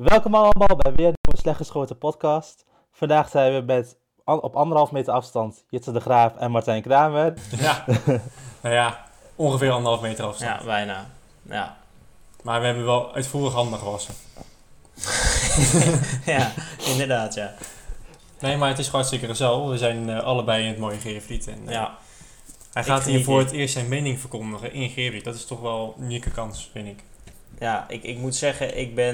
Welkom allemaal bij weer een slecht geschoten podcast. Vandaag zijn we met op 1,5 meter afstand Jitse de Graaf en Martijn Kramer. Ja, nou ja, ongeveer 1,5 meter afstand. Ja, bijna. Ja, Maar we hebben wel uitvoerig handen gewassen. ja, inderdaad, ja. Nee, maar het is gewoon hartstikke gezellig. We zijn allebei in het mooie Geervliet. En, Ja, hij gaat hier voor het eerst zijn mening verkondigen in Geervliet. Dat is toch wel een unieke kans, vind ik. ja ik moet zeggen, ik ben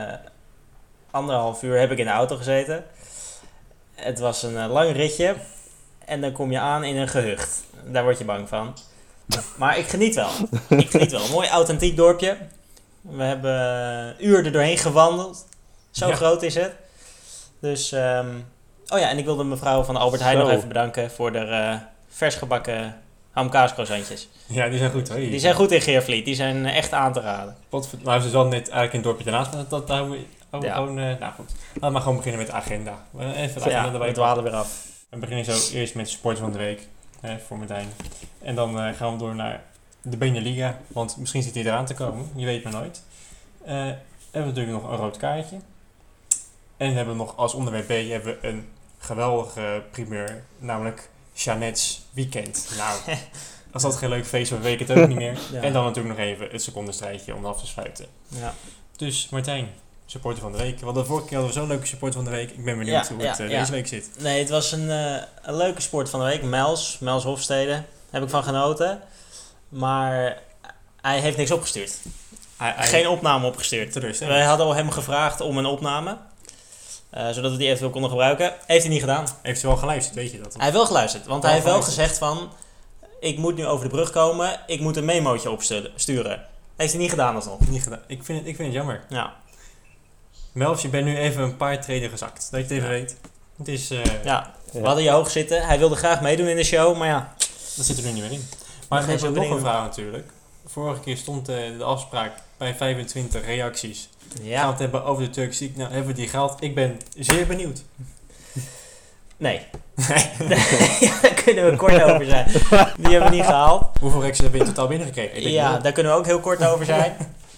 1,5 uur heb ik in de auto gezeten. Het was een lang ritje en dan kom je aan in een gehucht. Daar word je bang van. Maar ik geniet wel. Een mooi authentiek dorpje. We hebben een uur er doorheen gewandeld. Zo Ja. groot is het. Dus, oh ja, en ik wilde mevrouw van Albert Heijn Zo. nog even bedanken voor de vers gebakken hamkaascroissantjes. Ja, die zijn goed hoor. Die zijn goed in Geervliet, die zijn echt aan te raden. Nou, ze zat net eigenlijk in het dorpje daarnaast. Maar dat houden we Ja. gewoon... nou goed, laten we maar gewoon beginnen met de agenda. Even de agenda Ja, erbij we dwalen weer af. We beginnen zo eerst met sport van de week voor Martijn. En dan gaan we door naar de Beneliga. Want misschien zit hij eraan te komen. Je weet maar nooit. Hebben we natuurlijk nog een rood kaartje. En hebben we nog als onderwerp B hebben we een geweldige primeur. Namelijk Jeannette's Weekend. Nou, als dat geen leuk feest was, weet ik het ook niet meer. Ja. En dan natuurlijk nog even het secondenstrijdje om af te sluiten. Ja. Dus Martijn, supporter van de week. Want de vorige keer hadden we zo'n leuke supporter van de week. Ik ben benieuwd hoe het deze week zit. Nee, het was een leuke sport van de week. Mels Hofstede. Heb ik van genoten. Maar hij heeft niks opgestuurd. Geen opname opgestuurd. Teleurstellend. Wij hadden al hem gevraagd om een opname. Zodat we die eventueel konden gebruiken. Heeft hij niet gedaan. Heeft hij wel geluisterd, weet je dat? Hij heeft wel geluisterd. Want hij heeft wel gezegd van... Ik moet nu over de brug komen. Ik moet een memootje opsturen. Heeft hij niet gedaan alsnog. Niet gedaan. Ik vind het jammer. Ja. Melf, je bent nu even een paar treden gezakt. Dat je het even Ja. weet. Het is, Ja, we hadden je hoog zitten. Hij wilde graag meedoen in de show. Maar ja, dat zit er nu niet meer in. Maar we geen hebben nog zin een in. vraag natuurlijk. Vorige keer stond de afspraak bij 25 reacties. Gaan we ja. het hebben over de Turks League. Nou, hebben we die gehaald. Ik ben zeer benieuwd. Nee. Ja, daar kunnen we kort over zijn. Die hebben we niet gehaald. Hoeveel reacties hebben we in totaal binnengekregen? Ik denk Ja, nul. daar kunnen we ook heel kort over zijn.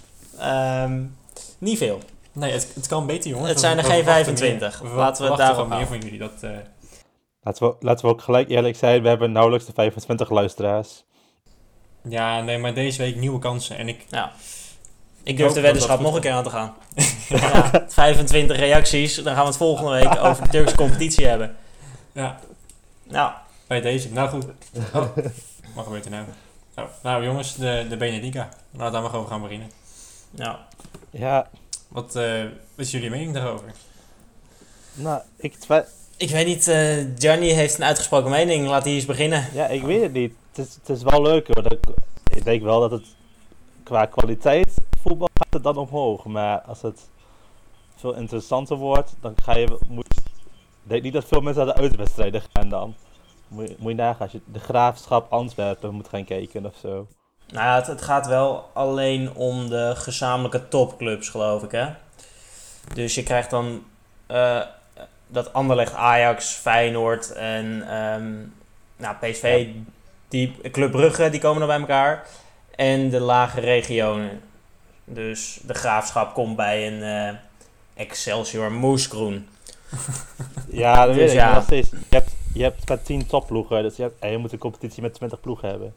Niet veel. Nee, het kan beter, jongens. Het zijn er geen 25. Laten we het daarop meer houden. van jullie. Dat, Laten we ook gelijk eerlijk zijn, we hebben nauwelijks de 25 luisteraars. ja, nee, maar deze week nieuwe kansen. En ik... Ja. Ik hoop durf de dat weddenschap dat nog goed een keer aan te gaan. Ja, 25 reacties. Dan gaan we het volgende week over de Turkse competitie hebben. Ja, Nou, bij deze. Nou goed. Oh, wat gebeurt er nou? Oh, nou jongens, de Beneliga. Laten we daar maar gewoon gaan beginnen. ja. Ja, Wat is jullie mening daarover? nou, Ik weet niet, Gianni heeft een uitgesproken mening. Laat hij eens beginnen. ja, ik weet het niet. Het is wel leuk hoor. Ik denk wel dat het qua kwaliteit voetbal gaat het dan omhoog. Maar als het veel interessanter wordt, dan ik denk niet dat veel mensen naar de uitwedstrijden gaan dan. Moet je nagaan als je de Graafschap Antwerpen moet gaan kijken of zo. Nou ja, het gaat wel alleen om de gezamenlijke topclubs, geloof ik, hè. Dus je krijgt dan dat Anderlecht, Ajax, Feyenoord en PSV, Club Brugge, die komen dan bij elkaar. En de lage regionen. Dus de Graafschap komt bij een Excelsior Moeskroen. Ja, dat Dus weet ik. ja. Maar nog steeds, je hebt maar 10 topploegen, dus je moet een competitie met 20 ploegen hebben.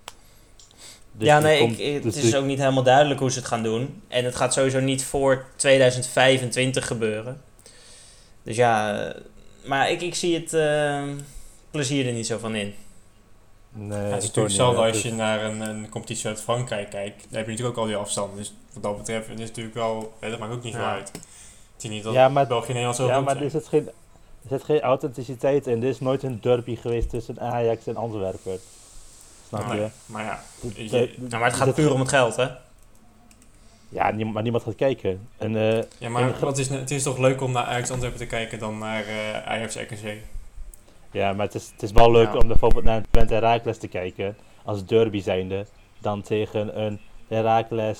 Dus ja, je nee, komt- het dus is je- ook niet helemaal duidelijk hoe ze het gaan doen. En het gaat sowieso niet voor 2025 gebeuren. Dus ja, maar ik zie het plezier er niet zo van in. Nee, het is ik natuurlijk ook hetzelfde niet. als Het je is- naar een competitie uit Frankrijk kijkt. Dan heb je natuurlijk ook al die afstanden. Dus wat dat betreft is het natuurlijk wel... dat maakt ook niet veel Ja. uit. Het is niet dat Ja, maar- België en Nederland zo Ja, groot maar zijn. er zit geen authenticiteit in. Er is nooit een derby geweest tussen Ajax en Antwerpen. Snap je? Nee, maar ja. De- je- de- Nou, maar het gaat dit- puur om het geld, hè? Ja, maar niemand gaat kijken. En, Ja, maar het is toch leuk om naar Ajax Antwerpen te kijken dan naar Ajax RKC. ja, maar het is wel leuk Ja. om bijvoorbeeld naar een Twente Heracles te kijken. Als derby zijnde. Dan tegen een Heracles...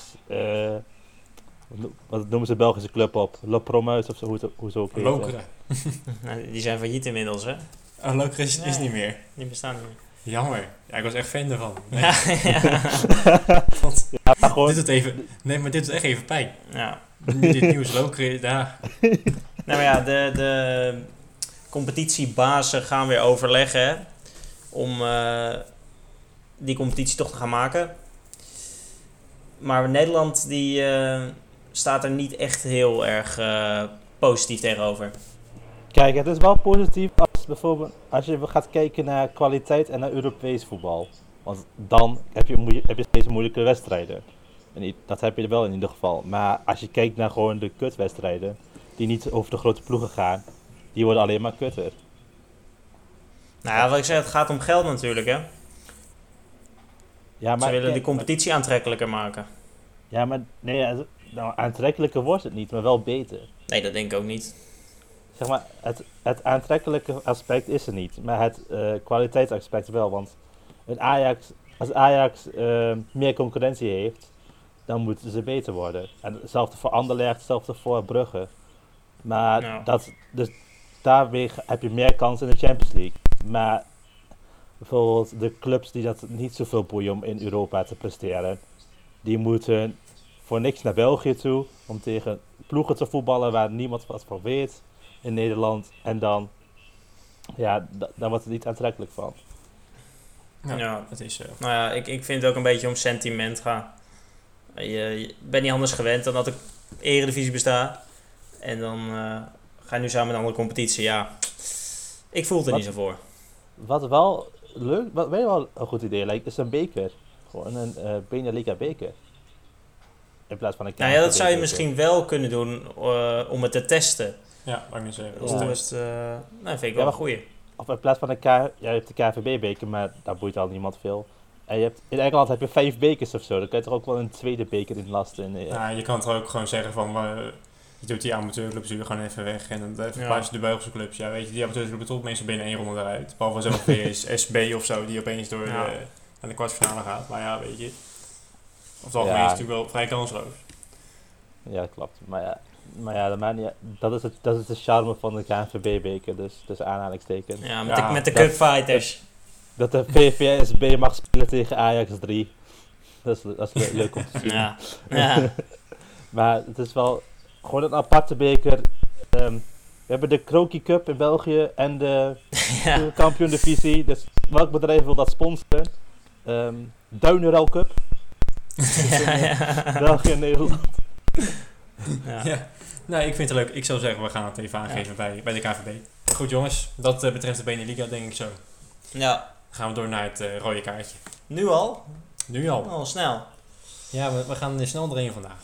wat noemen ze de Belgische club op? Le Promeus of zo, hoe ze ook heet. Lokeren. Nou, die zijn failliet inmiddels, hè? Lokeren is Nee. niet meer. Die bestaan niet meer. Jammer. Ja, ik was echt fan ervan. Nee, Ja. want Ja, maar gewoon, dit doet even... Nee, maar dit doet echt even pijn. Ja. Dit nieuws Lokeren, ja. Nou maar ja, de competitiebazen gaan weer overleggen hè, om die competitie toch te gaan maken. Maar Nederland die staat er niet echt heel erg positief tegenover. kijk, het is wel positief als bijvoorbeeld als je gaat kijken naar kwaliteit en naar Europees voetbal. Want dan heb je steeds moeilijkere wedstrijden. En dat heb je er wel in ieder geval. Maar als je kijkt naar gewoon de kutwedstrijden, die niet over de grote ploegen gaan, die worden alleen maar kutter. Nou ja, wat ik zeg, het gaat om geld natuurlijk hè. Ja, Ze willen kijk, die competitie aantrekkelijker maken. Ja, maar nee, nou, aantrekkelijker wordt het niet, maar wel beter. Nee, dat denk ik ook niet. Zeg maar, het aantrekkelijke aspect is er niet, maar het kwaliteitsaspect wel. Want als Ajax meer concurrentie heeft, dan moeten ze beter worden. En hetzelfde voor Anderlecht, hetzelfde voor Brugge. Maar Ja. dus daarmee heb je meer kans in de Champions League. Maar bijvoorbeeld de clubs die dat niet zoveel boeien om in Europa te presteren, die moeten voor niks naar België toe om tegen ploegen te voetballen waar niemand wat van weet in Nederland. En dan, ja, daar wordt het niet aantrekkelijk van. Ja. Dat is zo. Nou ja, ik vind het ook een beetje om sentiment gaan. Je bent niet anders gewend dan dat de Eredivisie bestaat. En dan ga je nu samen met een andere competitie. Ja, ik voel het er Wat? niet zo voor. Wat wel leuk, wat mij wel een goed idee lijkt, is een beker. Gewoon een Beneliga beker. In plaats van een Nou ja, dat zou je KNVB-beker. misschien wel kunnen doen om het te testen. Ja, wou ik niet zeggen. Om Ja. het, nou, vind ik Ja, wel maar een goeie. Of in plaats van ja, je hebt de KNVB-beker, maar daar boeit al niemand veel. En in Engeland heb je 5 bekers of zo, dan kan je toch ook wel een tweede beker in lasten. Ja, je kan toch ook gewoon zeggen van... je doet die amateurclubs nu gewoon even weg. En dan verplaats je de Belgische clubs. Ja, weet je, die amateurclubs toch meestal binnen 1 ronde eruit. Behalve als er nog weer is SB of zo, die opeens door Ja. naar de kwartfinale gaat. Maar ja, weet je. Of het algemeen Ja. is het natuurlijk wel vrij kansloos. Ja, klopt. Maar ja, dat maakt niet uit. Dat is de charme van de KNVB-beker, dus tussen aanhalingstekens. Ja, Ja, met de dat- cupfighters. Dat de VVSB mag spelen tegen Ajax 3. Dat is leuk om te zien. Ja. Ja. Maar het is wel gewoon een aparte beker. We hebben de Kroki Cup in België en de Ja. kampioen divisie. Dus welk bedrijf wil dat sponsoren? Duineral Cup. Ja. België en Nederland. Ja. Ja. Nee, ik vind het leuk. Ik zou zeggen, we gaan het even aangeven bij de KVB. Goed jongens, dat betreft de Beneliga denk ik zo. Ja. Dan gaan we door naar het rode kaartje. Nu al? Nu al. Al snel. Ja, we gaan er snel doorheen vandaag.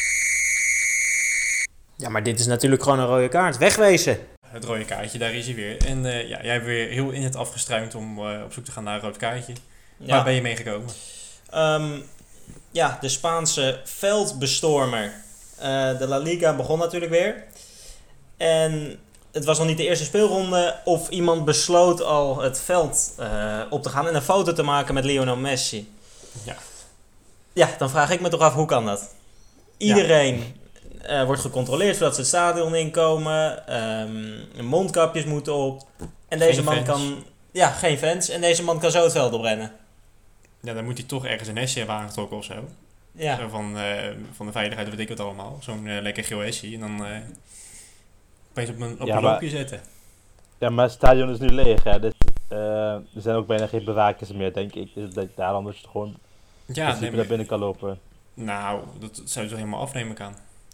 Ja, maar dit is natuurlijk gewoon een rode kaart. Wegwezen. Het rode kaartje, daar is hij weer. En ja, jij hebt weer heel in het afgestruimd om op zoek te gaan naar een rood kaartje. Waar ben je mee gekomen? Ja, de Spaanse veldbestormer. De La Liga begon natuurlijk weer. En het was nog niet de eerste speelronde of iemand besloot al het veld op te gaan en een foto te maken met Lionel Messi. Ja. Ja, dan vraag ik me toch af, hoe kan dat? Iedereen wordt gecontroleerd voordat ze het stadion inkomen. Mondkapjes moeten op. En deze Geen man fans. kan... Ja, geen fans. En deze man kan zo het veld oprennen. Ja, dan moet hij toch ergens een hesje hebben aangetrokken of zo. Ja. Zo van de veiligheid, weet ik het allemaal. Zo'n lekker geel hesje. En dan opeens op een maar- loopje zetten. Ja, maar het stadion is nu leeg, hè. Dus er zijn ook bijna geen bewakers meer, denk ik. Dus dat daarom dus gewoon in Ja, principe nee, naar binnen kan lopen. nou, dat zou je toch helemaal afnemen kan.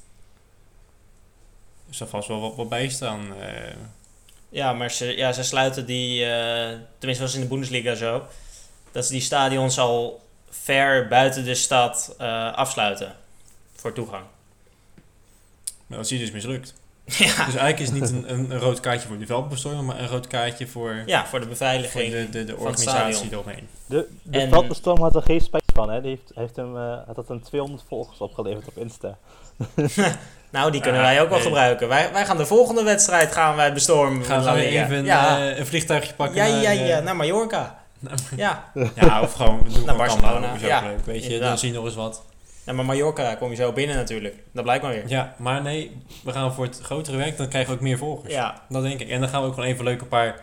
Er zal vast wel wat bij staan. Ja, maar ze sluiten die, tenminste was in de Bundesliga zo, dat ze die stadions al ver buiten de stad afsluiten voor toegang. Maar dat is hier dus mislukt. Ja, Dus eigenlijk is het niet een rood kaartje voor de veldbestorming, maar een rood kaartje voor ja, voor de voor beveiliging. de van het organisatie stadion. eromheen. De En- veldbestorm had er geen spijt van, hè. Die heeft had een 200 volgers opgeleverd op Insta. Nou, die kunnen Ja, wij ook wel nee. gebruiken. Wij gaan de volgende wedstrijd gaan wij bestormen. Gaan we La weer Liga. even ja. een vliegtuigje pakken Ja, naar, naar Mallorca. Ja. ja, of gewoon doen Naar naar Barcelona. Barcelona. Is ook Ja, leuk, weet je. inderdaad. Dan zie je nog eens wat. Ja, maar Mallorca kom je zo binnen natuurlijk. Dat blijkt maar weer. Ja, maar nee, we gaan voor het grotere werk, dan krijgen we ook meer volgers. Ja. Dat denk ik. En dan gaan we ook gewoon even leuk een paar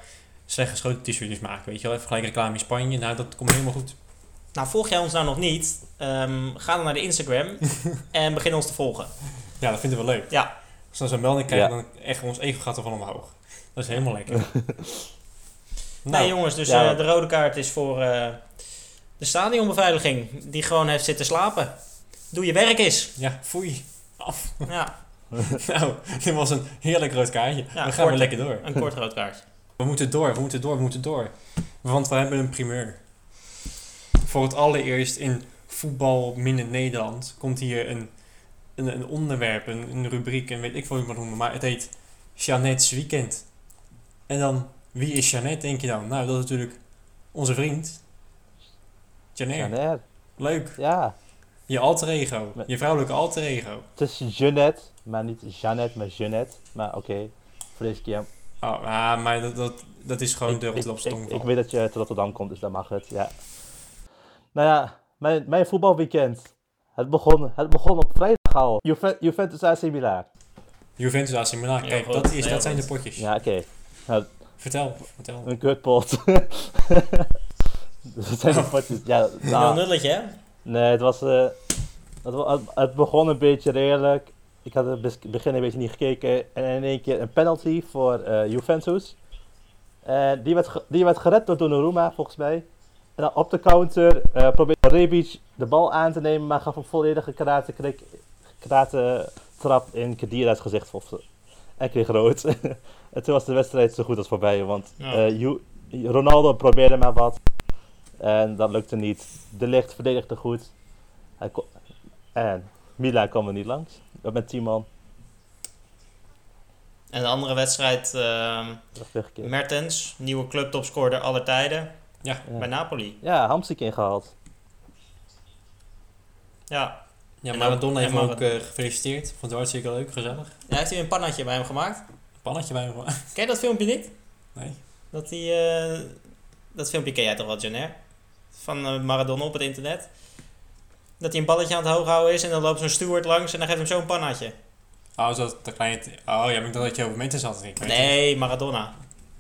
slecht geschoten t-shirtjes maken. Weet je wel, even gelijk reclame in Spanje. Nou, dat komt helemaal goed. Nou, volg jij ons nou nog niet? Ga dan naar de Instagram en begin ons te volgen. Ja, dat vinden we leuk. Ja. Als we zo'n melding krijgen, dan echt ons ego gaat ervan omhoog. Dat is helemaal lekker. Nee jongens, dus ja. de rode kaart is voor de stadionbeveiliging. Die gewoon heeft zitten slapen. Doe je werk eens. Ja, foei. Af. Ja, Nou, dit was een heerlijk rood kaartje. Ja, We gaan weer lekker door. een kort rood kaart. We moeten door. Want we hebben een primeur. Voor het allereerst in voetbal minder Nederland komt hier een onderwerp, een rubriek, en weet ik veel hoe je het moet noemen, maar het heet Jeannette's Weekend. En dan, wie is Jeannette, denk je dan? Nou, dat is natuurlijk onze vriend. Jeannette. Leuk. Ja, Je alter ego. Je vrouwelijke alter ego. het is Jeannette, maar niet Jeannette, maar Jeannette. Maar oké, voor deze keer. Oh, maar dat is gewoon de Rotterdamse ik tongval. weet dat je uit Rotterdam komt, dus dan mag het, ja. Nou ja, mijn voetbalweekend. Het begon op vrijdag al. Juventus AC Milan. Juventus AC Milan, Ja, kijk, goed. dat Heel zijn de goed. potjes. Ja, oké. Nou, Vertel. een kutpot. Dat zijn de potjes. Ja, Een nou, nulletje, hè? nee, het begon een beetje redelijk. Ik had het begin een beetje niet gekeken. En in één keer een penalty voor Juventus. Die werd gered door Donnarumma, volgens mij. En dan op de counter probeerde Rebic de bal aan te nemen, maar gaf een volledige karate trap in Khedira's gezicht. En kreeg rood. En toen was de wedstrijd zo goed als voorbij, want Ja. Ronaldo probeerde maar wat. En dat lukte niet. De Ligt verdedigde goed. En Milan kwam er niet langs. Met 10 man. En de andere wedstrijd, Terug weggekeerd. Mertens, nieuwe clubtopscorer aller tijden, Ja. bij Napoli. Ja, Hamsik ingehaald. Ja. Ja, En Maradona heeft ook- hem en ook gefeliciteerd. Vond het hartstikke leuk, gezellig. Ja, heeft hij een pannetje bij hem gemaakt? Een pannetje bij hem. Ken je dat filmpje niet? Nee. Dat filmpje ken jij toch wel, Jenner? Van Maradona op het internet. Dat hij een balletje aan het hoog houden is en dan loopt zo'n steward langs en dan geeft hem zo'n pannetje. Oh, zo dat kleine... Oh, ja, maar ik dacht dat je over mensen zat. Ik weet het. Nee, Maradona.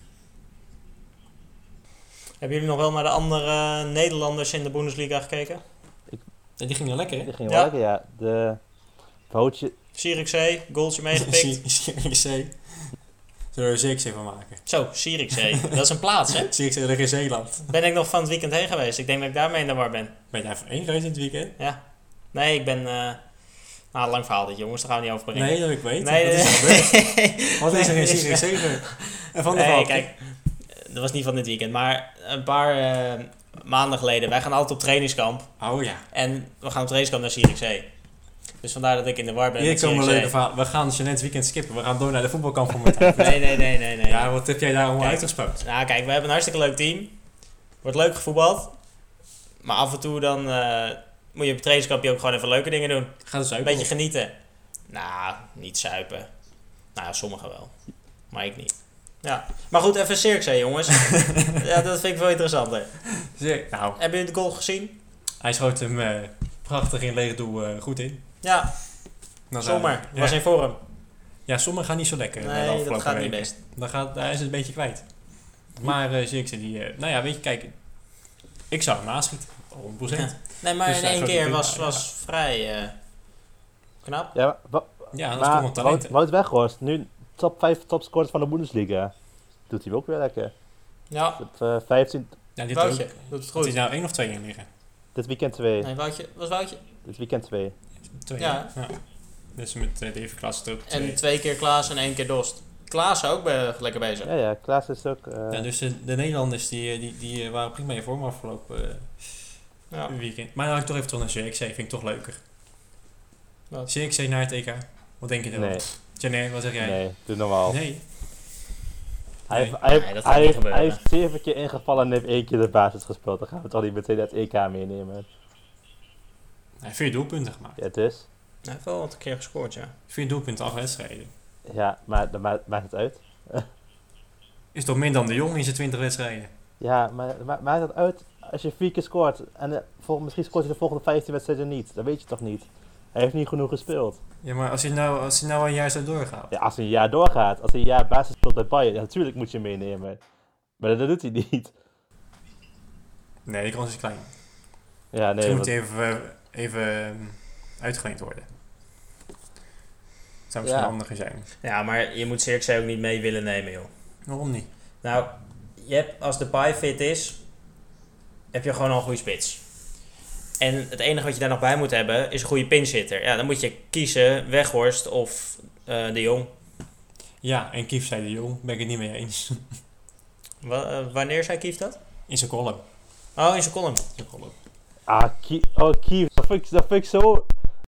Hebben jullie nog wel naar de andere Nederlanders in de Bundesliga gekeken? Ja, die ging wel lekker, hè? Die ging Ja. wel lekker, ja. De Woutje. Zierikzee, goaltje meegepikt. Zierikzee. Zullen we er Zierikzee van maken? Zo, Zierikzee. Dat is een plaats, hè? Zierikzee ligt in Zeeland. Ben ik nog van het weekend heen geweest. Ik denk dat ik daarmee in de war ben. Ben je daar voor één geweest in het weekend? Ja. Nee, ik ben... lang verhaal dit, jongens. Daar gaan we niet over beginnen. Nee, dat ik weet. Nee, Wat is er gebeurd? nee. Wat is er in Nee, Zierikzee gebeurd? En van de Nee, Valk? kijk. Dat was niet van dit weekend. Maar een paar maanden geleden. Wij gaan altijd op trainingskamp. Oh ja. En we gaan op trainingskamp naar Zierikzee. Dus vandaar dat ik in de war ben Hier met komen leuke Zierikzee. verhalen. We gaan Jeannette's weekend skippen. We gaan door naar de voetbalkamp van Martijn. Nee. Ja, wat heb jij daar allemaal Kijk. uitgesproken? Nou kijk, we hebben een hartstikke leuk team. Wordt leuk gevoetbald. Maar af en toe dan moet je op het trainingskampje ook gewoon even leuke dingen doen. Ga dus Een uit. beetje genieten. Nou, niet zuipen. Nou ja, sommigen wel. Maar ik niet. Ja. Maar goed, even Zierikzee jongens. Ja, dat vind ik veel interessanter. Nou, Hebben jullie de goal gezien? hij schoot hem prachtig in leeg doel goed in. Ja, Dan zomaar. ja. Was in vorm. Ja, sommigen gaan niet zo lekker. de Nee, dat afgelopen gaat niet weken. best. Daar is het een beetje kwijt. Maar Zierikzee die... nou ja, weet je, kijk. Ik zou hem naschieten. 100%. Ja. Nee, maar Dus in hij één schoot keer hem was, prima, was vrij knap. Ja, Ja, dat is toch maar wel talent. hè? Wout Weghorst, nu top 5 topscorers van de Bundesliga. Doet hij ook weer lekker. Ja, Op 15, Ja, dit Woutje. ook. Doet het Had hij goed. nou 1 of 2 in liggen? dit weekend 2. Nee, Woutje. Dit weekend 2. 2. Ja. Dus met David Klaas erop. En 2 keer Klaas en 1 keer Dost. Klaas ook lekker bezig. Ja, Klaas is ook... Ja, dus de Nederlanders die waren prima in vorm afgelopen Ja. weekend. Maar dan ga ik toch even terug naar Zierikzee. Vind ik toch leuker. Wat? Zierikzee naar het EK. Wat denk je ervan? nee, Janelle, wat zeg jij? nee, doe normaal. Nee. Hij, Nee. hij, Nee, dat gaat hij, niet heeft, hij gebeuren. heeft 7 keer ingevallen en heeft 1 keer de basis gespeeld. Dan gaan we toch niet meteen het EK meenemen. Hij heeft 4 doelpunten gemaakt. Ja, dus. Hij heeft wel wat een keer gescoord, ja. 4 doelpunten, 8 wedstrijden. Ja, maar dan maakt het uit. Is toch minder dan de Jong in zijn 20 wedstrijden? Ja, maar maakt het uit als je 4 keer scoort. En misschien scoort hij de volgende 15 wedstrijden niet. Dat weet je toch niet. Hij heeft niet genoeg gespeeld. Ja, maar als hij nou een jaar zo doorgaat. Ja, als hij een jaar doorgaat, als hij een jaar basis speelt bij Bayern, ja, natuurlijk moet je hem meenemen. Maar dat doet hij niet. Nee, die kans is klein. Ja, Misschien nee. moet hij even uitgeleend worden. Dat zou misschien handiger zijn. Ja, maar je moet Zirkzee ook niet mee willen nemen, joh. Waarom niet? Nou, je hebt, als Depay fit is, heb je gewoon al een goede spits. En het enige wat je daar nog bij moet hebben, is een goede pinchitter. Ja, dan moet je kiezen Weghorst of De Jong. Ja, en Kief zei de Jong, ben ik het niet mee eens. Wanneer zei Kief dat? In zijn column. Oh, in zijn column. Kief, dat vind ik zo...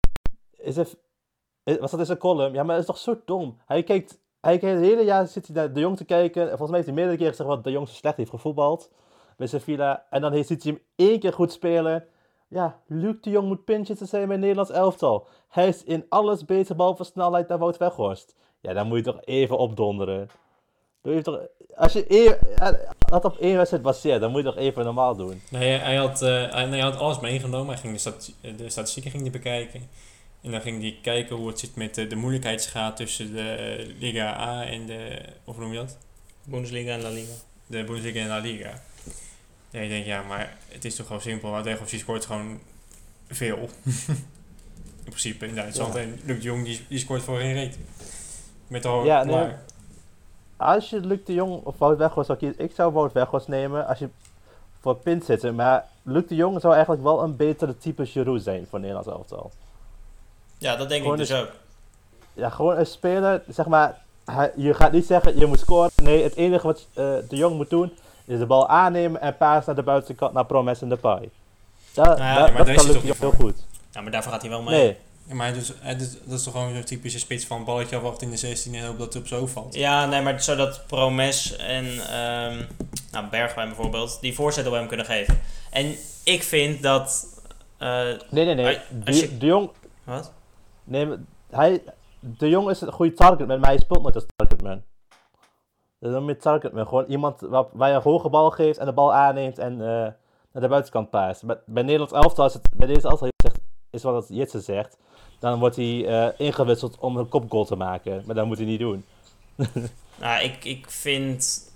Was dat in zijn column? Ja, maar dat is toch zo dom. Hij kijkt het hele jaar zit hij naar De Jong te kijken. En volgens mij heeft hij meerdere keren gezegd dat De Jong zo slecht heeft gevoetbald. Bij Sevilla. En dan ziet hij hem 1 keer goed spelen. Ja, Luc de Jong moet pinchitter zijn bij het Nederlands elftal. Hij is in alles beter behalve snelheid dan Wout Weghorst. Ja, dan moet je toch even opdonderen. Als je dat op 1 wedstrijd baseert, dan moet je toch even normaal doen. Nee, hij had alles meegenomen. Hij ging de statistieken ging hij bekijken. En dan ging hij kijken hoe het zit met de moeilijkheidsgraad tussen de Liga A en of hoe noem je dat? Bundesliga en La Liga. De Bundesliga en La Liga. Ja, je denkt, ja, maar het is toch gewoon simpel. Wout Weghorst die scoort gewoon veel. In principe in Duitsland. Ja. En Luc de Jong die scoort voor geen reet. Met al Ja, klaar. nee. Als je Luc de Jong of Wout Weghorst zou kiezen, ik zou Wout Weghorst nemen als je voor pint zit. Maar Luc de Jong zou eigenlijk wel een betere type Giroud zijn voor Nederlands elftal. Ja, dat denk Gewoon ik dus ook. Ja, gewoon een speler, zeg maar, je gaat niet zeggen je moet scoren. Nee, het enige wat de Jong moet doen is de bal aannemen en paas naar de buitenkant naar Promes en Depay. Dat maar daar is kan hij Luc toch de Jong niet heel voor? goed. Ja, maar daarvoor gaat hij wel mee. Nee, Ja, maar dat is toch gewoon zo'n typische spits van balletje afwachten in de 16 en hoop dat het op zo valt. Ja, nee, maar zodat Promes en Bergwijn bijvoorbeeld die voorzetten op hem kunnen geven. En ik vind dat... nee. als je- De Jong, Wat? nee, de Jong is een goede targetman, maar hij speelt nooit als targetman. Dat is dan meer targetman, gewoon iemand waar je een hoge bal geeft en de bal aanneemt en naar de buitenkant paast. Bij Nederlands elftal bij deze elftal is wat Jitse zegt, dan wordt hij ingewisseld om een kopgoal te maken, maar dat moet hij niet doen. Nou, ik vind...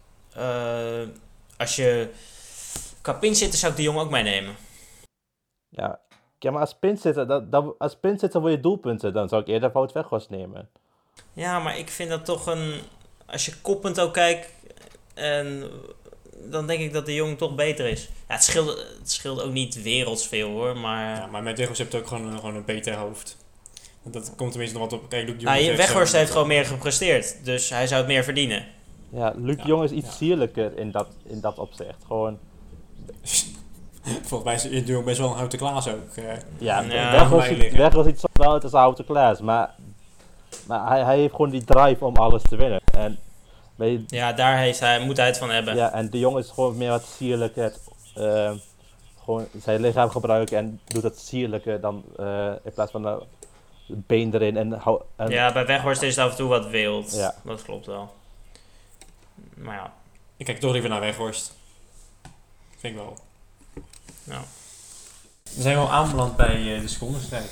als je... Qua pinchitter zou ik de Jong ook meenemen. Ja, maar als pinzitter wil je doelpunten, dan zou ik eerder Wout Weghorst nemen. Ja, maar ik vind dat toch een... Als je koppend ook kijkt... En dan denk ik dat de Jong toch beter is. Ja, het scheelt ook niet wereldsveel hoor, maar... Ja, maar met Weghorst heb je ook gewoon een beter hoofd. Want dat komt tenminste nog wat op. Kijk, Luc de Jong Nou, is echt Weghorst zo- heeft gewoon meer gepresteerd. Dus hij zou het meer verdienen. Ja, Luc de Ja, Jong is iets ja. sierlijker in dat opzicht. Gewoon, Volgens mij is de Jong best wel een houten Klaas ook. ja, Ja, Weghorst ziet soms wel uit als een houten Klaas, maar hij heeft gewoon die drive om alles te winnen. En, Ja, daar moet hij het van hebben. ja, en de Jong is gewoon meer wat sierlijker. Gewoon zijn lichaam gebruiken en doet dat sierlijker dan in plaats van het been erin. En Ja, bij Weghorst is het af en toe wat wild. Ja. Dat klopt wel. Maar ja. Ik kijk toch liever naar Weghorst. Vind ik wel. Ja. Dan zijn we al aanbeland bij de secondenstrijd.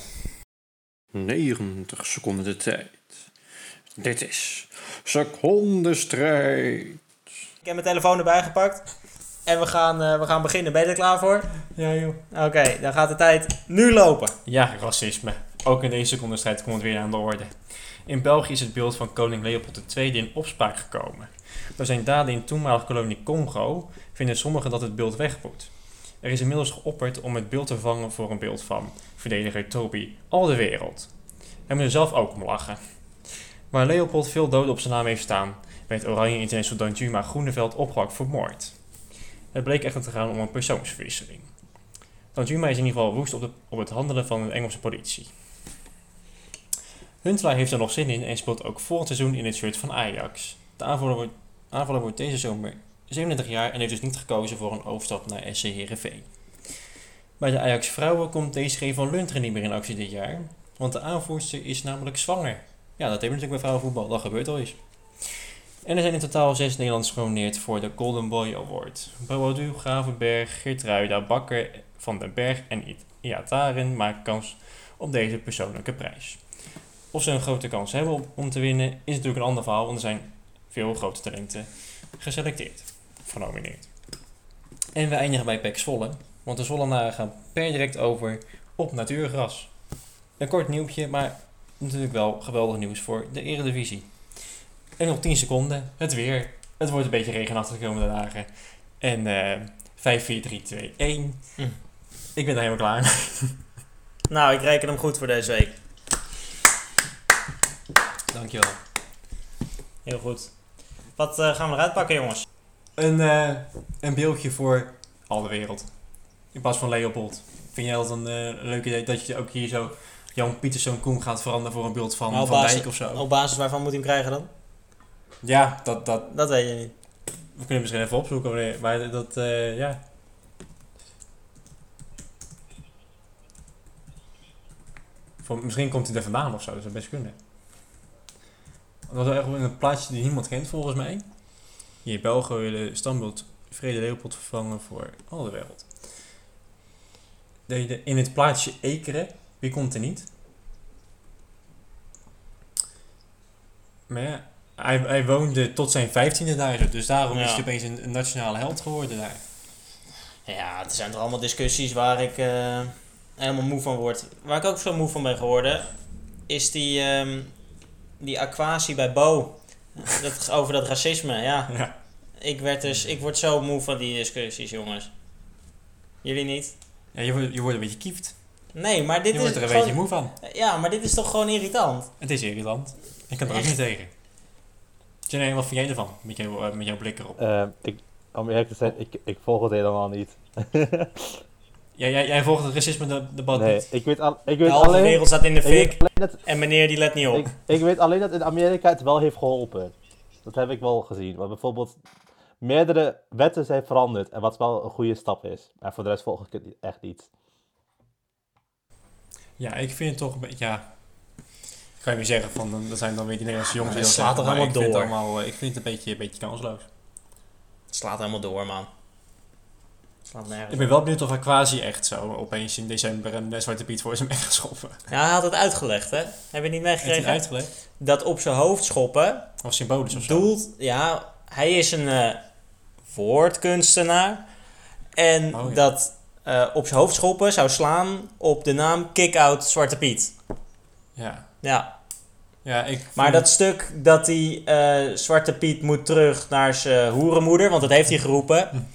90 seconden de tijd. Dit is secondenstrijd. Ik heb mijn telefoon erbij gepakt. En we gaan beginnen. Ben je er klaar voor? Ja joh. Oké, dan gaat de tijd nu lopen. Ja, racisme. Ook in deze secondenstrijd komt het weer aan de orde. In België is het beeld van koning Leopold II in opspraak gekomen. Door zijn daden in toenmalige kolonie Congo vinden sommigen dat het beeld weg moet. Er is inmiddels geopperd om het beeld te vervangen voor een beeld van verdediger Toby Alderweireld. Hij moet er zelf ook om lachen. Waar Leopold veel doden op zijn naam heeft staan, werd Oranje International Danjuma Groeneveld opgepakt vermoord. Het bleek echter te gaan om een persoonsverwisseling. Danjuma is in ieder geval woest op het handelen van de Engelse politie. Huntelaar heeft er nog zin in en speelt ook volgend seizoen in het shirt van Ajax. De aanvaller wordt deze zomer 37 jaar en heeft dus niet gekozen voor een overstap naar SC Heerenveen. Bij de Ajax vrouwen komt Desiree van Lunteren niet meer in actie dit jaar, want de aanvoerster is namelijk zwanger. Ja, dat heeft natuurlijk bij vrouwenvoetbal, dat gebeurt al eens. En er zijn in totaal 6 Nederlanders genomineerd voor de Golden Boy Award. Boadu, Gravenberg, Geertruida, Bakker, Van den Berg en Iataren maken kans op deze persoonlijke prijs. Of ze een grote kans hebben om te winnen is natuurlijk een ander verhaal, want er zijn veel grote talenten geselecteerd. genomineerd. En we eindigen bij PEC Zwolle, want de Zwollenaren gaan per direct over op natuurgras. Een kort nieuwtje, maar natuurlijk wel geweldig nieuws voor de Eredivisie. En nog 10 seconden, het weer. Het wordt een beetje regenachtig de komende dagen. En 5, 4, 3, 2, 1. Ik ben er helemaal klaar mee. Nou, ik reken hem goed voor deze week. Dankjewel. Heel goed. Wat gaan we eruit pakken, jongens? Een beeldje voor al de wereld. In plaats van Leopold. Vind jij dat een leuk idee dat je ook hier zo Jan Pieterszoon Koen gaat veranderen voor een beeld van Van Dijk of zo? Op basis waarvan moet hij hem krijgen dan? Ja, Dat weet je niet. we kunnen misschien even opzoeken. Maar dat, ja. Misschien komt hij er vandaan of zo. Dat zou best kunnen. Dat was echt een plaatje die niemand kent volgens mij. Hier in België willen standbeeld Vrede Leopold vervangen voor al de wereld. In het plaatsje Ekeren, wie komt er niet? Maar ja, hij woonde tot zijn 15e daar, dus daarom is hij opeens een nationale held geworden daar. Ja, het zijn toch allemaal discussies waar ik helemaal moe van word. Waar ik ook zo moe van ben geworden, is die aquatie bij Bo. Over dat racisme, ja. Ik word zo moe van die discussies, jongens. Jullie niet? Ja, je wordt een beetje kieft. Nee, maar dit Je is wordt er een gewoon, beetje moe van. Ja, maar dit is toch gewoon irritant? Het is irritant. Ik kan er ook niet tegen. Janine, wat vind jij ervan? Met jouw blik erop. Om eerlijk te zijn, ik volg het helemaal niet. Jij volgt het racisme-debat Nee, niet? ik weet De halve alleen... wereld staat in de ik weet fik alleen dat- en meneer die let niet op. Ik weet alleen dat in Amerika het wel heeft geholpen. Dat heb ik wel gezien. Want bijvoorbeeld meerdere wetten zijn veranderd. En wat wel een goede stap is. Maar voor de rest volg ik het echt niet. Ja, ik vind het toch een beetje... Ja, kan je weer zeggen van... Dat zijn dan weer die Nederlandse jongens die Het dat slaat zeggen, toch maar helemaal door. ik vind het een beetje kansloos. Het slaat helemaal door, man. Het slaat nergens Ik ben wel benieuwd of Aquasi echt zo opeens in december een Zwarte Piet voor is hem weggeschoppen. Ja, hij had het uitgelegd, hè? Heb je niet Heeft meegekregen? hij uitgelegd? Dat op zijn hoofd schoppen Of symbolisch of zo? doelt... Ja, hij is een woordkunstenaar. En Oh, ja. dat op zijn hoofd schoppen zou slaan op de naam Kick-Out Zwarte Piet. Ja. Ja, Ja, maar dat stuk dat die Zwarte Piet moet terug naar zijn hoerenmoeder, want dat heeft hij geroepen,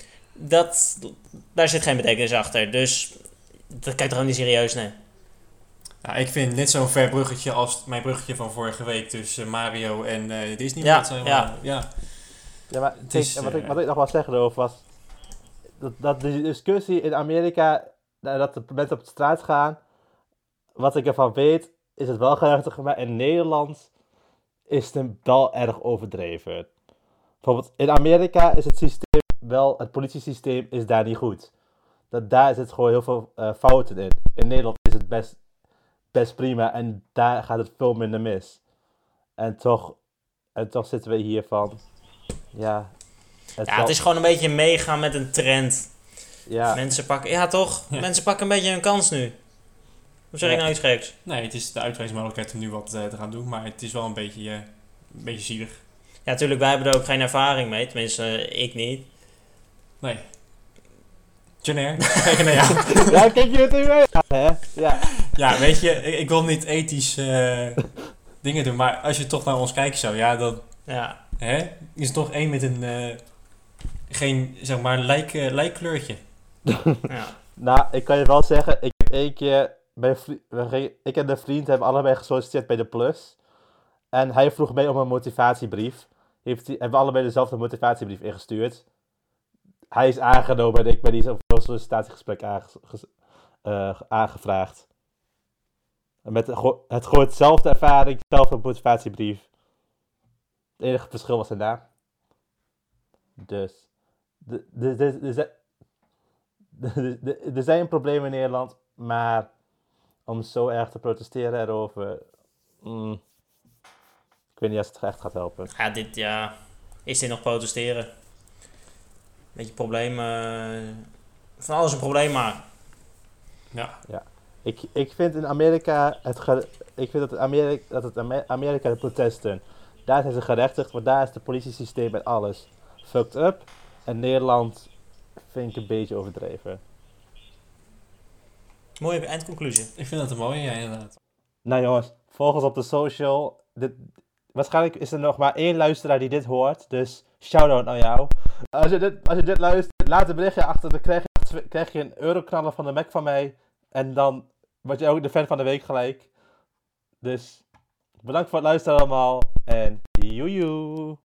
daar zit geen betekenis achter. Dus dat kan je toch ook niet serieus nemen. Ja, ik vind net zo'n ver bruggetje als mijn bruggetje van vorige week tussen Mario en Disney. Ja, Dat zijn ja. ja. Ja, maar Het kijk, is, wat ik nog wel zeggen erover was... Dat de discussie in Amerika... Dat de mensen op de straat gaan... Wat ik ervan weet... Is het wel gerechtigd, maar in Nederland... Is het wel erg overdreven. Bijvoorbeeld in Amerika is het systeem wel... Het politiesysteem is daar niet goed. Daar zit gewoon heel veel fouten in. In Nederland is het best prima. En daar gaat het veel minder mis. En toch zitten we hier van... Ja... Het is gewoon een beetje meegaan met een trend. Ja, Mensen pakken... Ja, toch? Ja. Mensen pakken een beetje hun kans nu. Hoe zeg ik Ja. nou iets geks? Nee, het is de uitwijsmogelijkheid om nu wat te gaan doen, maar het is wel een beetje zielig. Ja, natuurlijk, wij hebben er ook geen ervaring mee. Tenminste, ik niet. Nee. Janair, kijk naar jou. ja, kijk je het nu mee? Hè? Ja. Ja, weet je, ik wil niet ethisch dingen doen, maar als je toch naar ons kijkt zo, ja, dan Ja. is er toch één met een geen, zeg maar, lijkkleurtje. Ja. Nou, ik kan je wel zeggen, ik heb één keer... Ik en de vriend hebben allebei gesolliciteerd bij de Plus. En hij vroeg mij om een motivatiebrief. Hebben we allebei dezelfde motivatiebrief ingestuurd. Hij is aangenomen en ik ben niet op een sollicitatiegesprek aangevraagd. Met het gewoon hetzelfde ervaring, hetzelfde motivatiebrief. Het enige verschil was de naam. Dus. Er zijn problemen in Nederland, maar om zo erg te protesteren erover. Ik weet niet of het echt gaat helpen. Is dit nog protesteren? Beetje problemen. Van alles een probleem maken. Ja. Ik vind in Amerika Amerika de protesten. Daar zijn ze gerechtigd, maar daar is het politiesysteem en alles fucked up. En Nederland vind ik een beetje overdreven. Mooie eindconclusie. Ik vind dat een mooie, ja, inderdaad. Nou jongens, volg ons op de social. Waarschijnlijk is er nog maar 1 luisteraar die dit hoort. Dus shout-out naar jou. Als je dit luistert, laat een berichtje achter. Dan krijg je een euroknaller van de Mac van mij. En dan word je ook de fan van de week gelijk. Dus bedankt voor het luisteren allemaal. En joejoe.